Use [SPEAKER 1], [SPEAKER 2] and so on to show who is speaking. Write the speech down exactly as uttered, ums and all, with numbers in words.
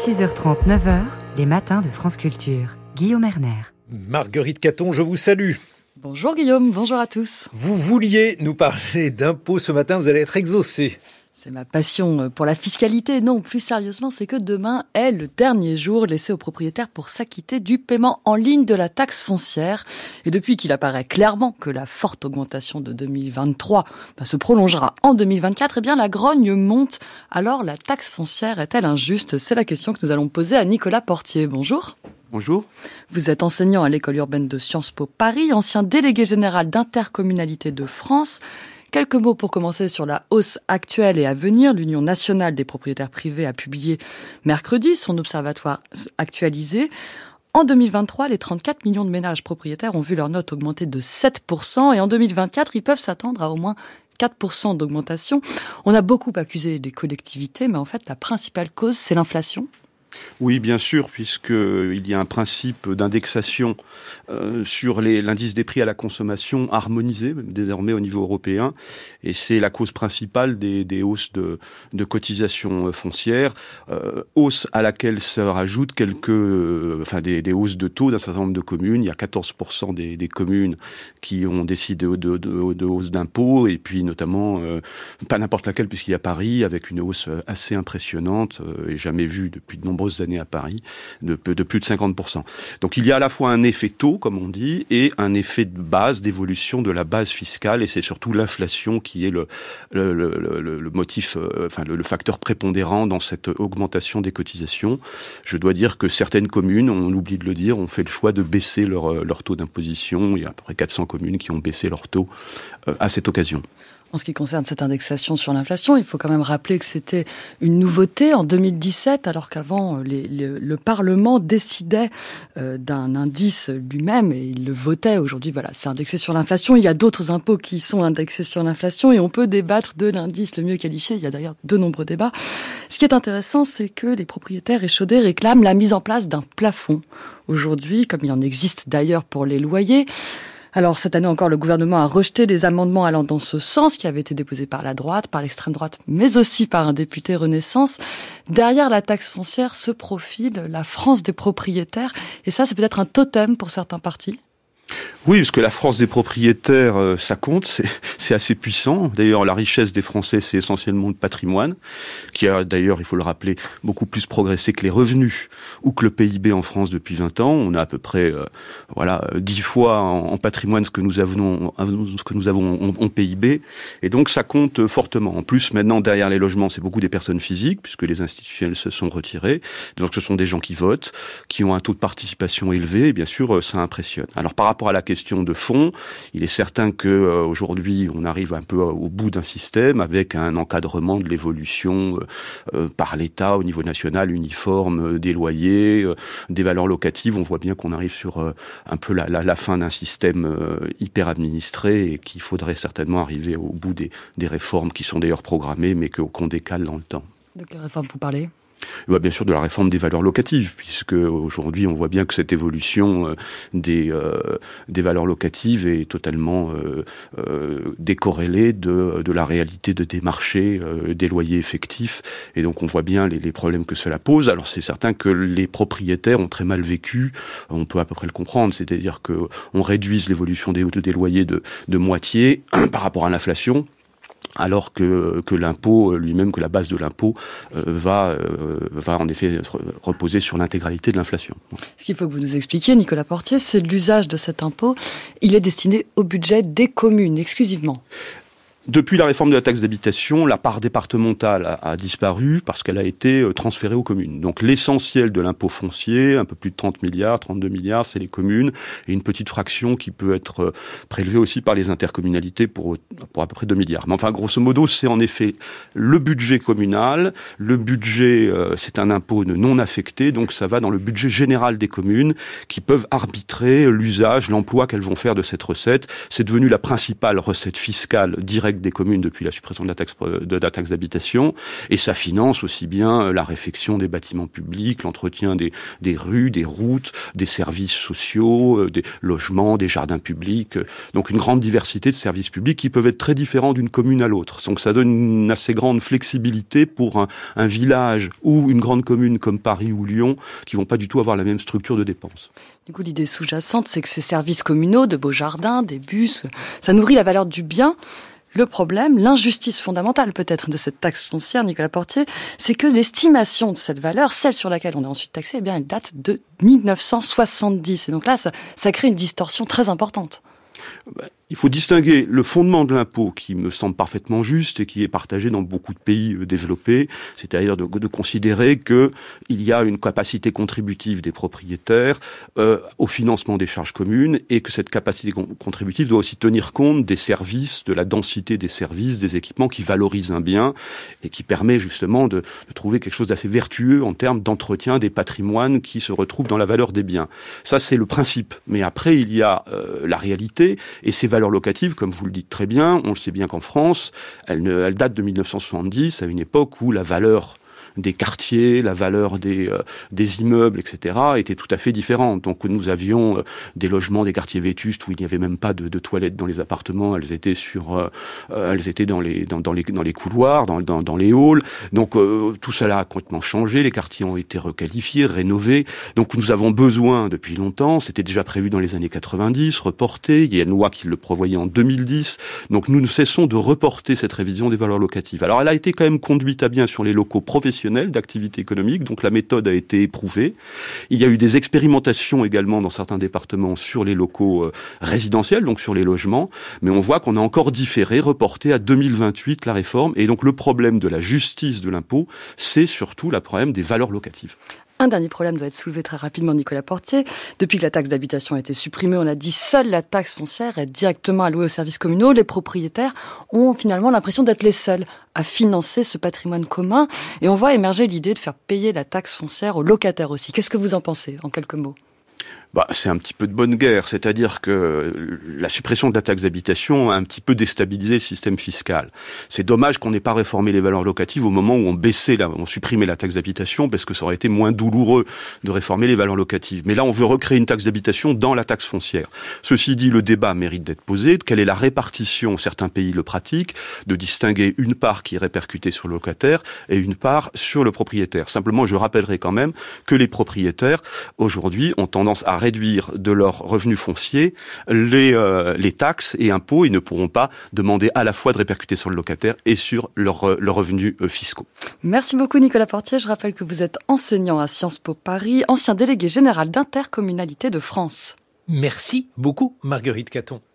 [SPEAKER 1] six heures trente, neuf heures, les matins de France Culture. Guillaume Erner.
[SPEAKER 2] Marguerite Caton, je vous salue.
[SPEAKER 3] Bonjour Guillaume, bonjour à tous.
[SPEAKER 2] Vous vouliez nous parler d'impôts ce matin, vous allez être exaucé.
[SPEAKER 3] C'est ma passion pour la fiscalité. Non, plus sérieusement, c'est que demain est le dernier jour laissé aux propriétaires pour s'acquitter du paiement en ligne de la taxe foncière. Et depuis qu'il apparaît clairement que la forte augmentation de deux mille vingt-trois bah, se prolongera en deux mille vingt-quatre, eh bien la grogne monte. Alors la taxe foncière est-elle injuste ? C'est la question que nous allons poser à Nicolas Portier. Bonjour.
[SPEAKER 4] Bonjour.
[SPEAKER 3] Vous êtes enseignant à l'école urbaine de Sciences Po Paris, ancien délégué général d'Intercommunalité de France. Quelques mots pour commencer sur la hausse actuelle et à venir. L'Union nationale des propriétaires privés a publié mercredi son observatoire actualisé. En deux mille vingt-trois, les trente-quatre millions de ménages propriétaires ont vu leur note augmenter de sept pour cent et en deux mille vingt-quatre, ils peuvent s'attendre à au moins quatre pour cent d'augmentation. On a beaucoup accusé les collectivités, mais en fait, la principale cause, c'est l'inflation.
[SPEAKER 4] Oui, bien sûr, puisqu'il y a un principe d'indexation euh, sur les, l'indice des prix à la consommation harmonisé, désormais au niveau européen, et c'est la cause principale des, des hausses de, de cotisations foncières, euh, hausse à laquelle se rajoutent quelques, euh, enfin des, des hausses de taux d'un certain nombre de communes. Il y a quatorze pour cent des, des communes qui ont décidé de, de, de, de hausse d'impôts, et puis notamment, euh, pas n'importe laquelle, puisqu'il y a Paris, avec une hausse assez impressionnante, euh, et jamais vue depuis de nombreuses années à Paris, de, de plus de cinquante pour cent. Donc il y a à la fois un effet taux, comme on dit, et un effet de base, d'évolution de la base fiscale, et c'est surtout l'inflation qui est le, le, le, le, le motif, euh, enfin le, le facteur prépondérant dans cette augmentation des cotisations. Je dois dire que certaines communes, on oublie de le dire, ont fait le choix de baisser leur, leur taux d'imposition. Il y a à peu près quatre cents communes qui ont baissé leur taux euh, à cette occasion.
[SPEAKER 3] En ce qui concerne cette indexation sur l'inflation, il faut quand même rappeler que c'était une nouveauté en deux mille dix-sept, alors qu'avant, les, les, le Parlement décidait euh, d'un indice lui-même et il le votait. Aujourd'hui, voilà, c'est indexé sur l'inflation. Il y a d'autres impôts qui sont indexés sur l'inflation et on peut débattre de l'indice le mieux qualifié. Il y a d'ailleurs de nombreux débats. Ce qui est intéressant, c'est que les propriétaires échaudés réclament la mise en place d'un plafond. Aujourd'hui, comme il en existe d'ailleurs pour les loyers, alors, cette année encore, le gouvernement a rejeté des amendements allant dans ce sens, qui avaient été déposés par la droite, par l'extrême droite, mais aussi par un député Renaissance. Derrière la taxe foncière se profile la France des propriétaires. Et ça, c'est peut-être un totem pour certains partis.
[SPEAKER 4] Oui, parce que la France des propriétaires, euh, ça compte, c'est, c'est assez puissant. D'ailleurs, la richesse des Français, c'est essentiellement le patrimoine, qui a d'ailleurs, il faut le rappeler, beaucoup plus progressé que les revenus ou que le P I B en France depuis vingt ans. On a à peu près, euh, voilà, dix fois en, en patrimoine ce que nous avons, ce que nous avons en, en P I B, et donc ça compte fortement. En plus, maintenant, derrière les logements, c'est beaucoup des personnes physiques, puisque les institutionnels se sont retirés. Donc, ce sont des gens qui votent, qui ont un taux de participation élevé, et bien sûr, ça impressionne. Alors, par rapport à la question de fond, il est certain que euh, aujourd'hui on arrive un peu au bout d'un système avec un encadrement de l'évolution euh, euh, par l'État au niveau national uniforme euh, des loyers, euh, des valeurs locatives. On voit bien qu'on arrive sur euh, un peu la, la, la fin d'un système euh, hyper administré et qu'il faudrait certainement arriver au bout des, des réformes qui sont d'ailleurs programmées mais que, qu'on décale dans le temps.
[SPEAKER 3] De quelle réforme vous parlez ?
[SPEAKER 4] Bah, bien sûr de la réforme des valeurs locatives, puisque aujourd'hui on voit bien que cette évolution euh, des, euh, des valeurs locatives est totalement euh, euh, décorrélée de, de la réalité de des marchés, euh, des loyers effectifs, et donc on voit bien les, les problèmes que cela pose. Alors c'est certain que les propriétaires ont très mal vécu, on peut à peu près le comprendre, c'est-à-dire que on réduise l'évolution des, des loyers de, de moitié par rapport à l'inflation, alors que, que l'impôt lui-même, que la base de l'impôt euh, va, euh, va en effet reposer sur l'intégralité de l'inflation.
[SPEAKER 3] Ce qu'il faut que vous nous expliquiez, Nicolas Portier, c'est l'usage de cet impôt. Il est destiné au budget des communes, exclusivement.
[SPEAKER 4] Depuis la réforme de la taxe d'habitation, la part départementale a, a disparu parce qu'elle a été transférée aux communes. Donc l'essentiel de l'impôt foncier, un peu plus de trente milliards, trente-deux milliards, c'est les communes, et une petite fraction qui peut être prélevée aussi par les intercommunalités pour, pour à peu près deux milliards. Mais enfin, grosso modo, c'est en effet le budget communal. Le budget, euh, c'est un impôt non affecté, donc ça va dans le budget général des communes qui peuvent arbitrer l'usage, l'emploi qu'elles vont faire de cette recette. C'est devenu la principale recette fiscale directe directe des communes depuis la suppression de la taxe, de la taxe d'habitation, et ça finance aussi bien la réfection des bâtiments publics, l'entretien des, des rues, des routes, des services sociaux, des logements, des jardins publics, donc une grande diversité de services publics qui peuvent être très différents d'une commune à l'autre. Donc ça donne une assez grande flexibilité pour un, un village ou une grande commune comme Paris ou Lyon qui vont pas du tout avoir la même structure de dépenses.
[SPEAKER 3] Du coup, l'idée sous-jacente, c'est que ces services communaux, de beaux jardins, des bus, ça nourrit la valeur du bien. Le problème, l'injustice fondamentale peut-être de cette taxe foncière, Nicolas Portier, c'est que l'estimation de cette valeur, celle sur laquelle on est ensuite taxé, eh bien, elle date de mille neuf cent soixante-dix. Et donc là, ça, ça crée une distorsion très importante.
[SPEAKER 4] Il faut distinguer le fondement de l'impôt qui me semble parfaitement juste et qui est partagé dans beaucoup de pays développés, c'est-à-dire de, de considérer que il y a une capacité contributive des propriétaires euh, au financement des charges communes et que cette capacité con- contributive doit aussi tenir compte des services, de la densité des services, des équipements qui valorisent un bien et qui permet justement de, de trouver quelque chose d'assez vertueux en termes d'entretien des patrimoines qui se retrouvent dans la valeur des biens. Ça, c'est le principe. Mais après, il y a euh, la réalité et ces valeurs locatives, comme vous le dites très bien, on le sait bien qu'en France, elles, ne, elles datent de mille neuf cent soixante-dix, à une époque où la valeur des quartiers, la valeur des, euh, des immeubles, et cetera, était tout à fait différente. Donc nous avions euh, des logements, des quartiers vétustes où il n'y avait même pas de, de toilettes dans les appartements, elles étaient sur, euh, euh, elles étaient dans les, dans, dans les, dans les couloirs, dans, dans, dans les halls. Donc euh, tout cela a complètement changé, les quartiers ont été requalifiés, rénovés. Donc nous avons besoin depuis longtemps, c'était déjà prévu dans les années quatre-vingt-dix, reporté, il y a une loi qui le prévoyait en deux mille dix. Donc nous ne cessons de reporter cette révision des valeurs locatives. Alors elle a été quand même conduite à bien sur les locaux professionnels d'activité économique, donc la méthode a été éprouvée. Il y a eu des expérimentations également dans certains départements sur les locaux euh, résidentiels, donc sur les logements, mais on voit qu'on a encore différé, reporté à deux mille vingt-huit la réforme, et donc le problème de la justice de l'impôt, c'est surtout le problème des valeurs locatives.
[SPEAKER 3] Un dernier problème doit être soulevé très rapidement, Nicolas Portier. Depuis que la taxe d'habitation a été supprimée, on a dit seule la taxe foncière est directement allouée aux services communaux. Les propriétaires ont finalement l'impression d'être les seuls à financer ce patrimoine commun. Et on voit émerger l'idée de faire payer la taxe foncière aux locataires aussi. Qu'est-ce que vous en pensez, en quelques mots ?
[SPEAKER 4] Bah, c'est un petit peu de bonne guerre, c'est-à-dire que la suppression de la taxe d'habitation a un petit peu déstabilisé le système fiscal. C'est dommage qu'on n'ait pas réformé les valeurs locatives au moment où on baissait, la, on supprimait la taxe d'habitation, parce que ça aurait été moins douloureux de réformer les valeurs locatives. Mais là, on veut recréer une taxe d'habitation dans la taxe foncière. Ceci dit, le débat mérite d'être posé. Quelle est la répartition, certains pays le pratiquent, de distinguer une part qui est répercutée sur le locataire et une part sur le propriétaire. Simplement, je rappellerai quand même que les propriétaires, aujourd'hui, ont tendance à réduire de leurs revenus fonciers les, euh, les taxes et impôts. Ils ne pourront pas demander à la fois de répercuter sur le locataire et sur leurs leur revenus euh, fiscaux.
[SPEAKER 3] Merci beaucoup Nicolas Portier. Je rappelle que vous êtes enseignant à Sciences Po Paris, ancien délégué général d'Intercommunalité de France.
[SPEAKER 2] Merci beaucoup Marguerite Caton.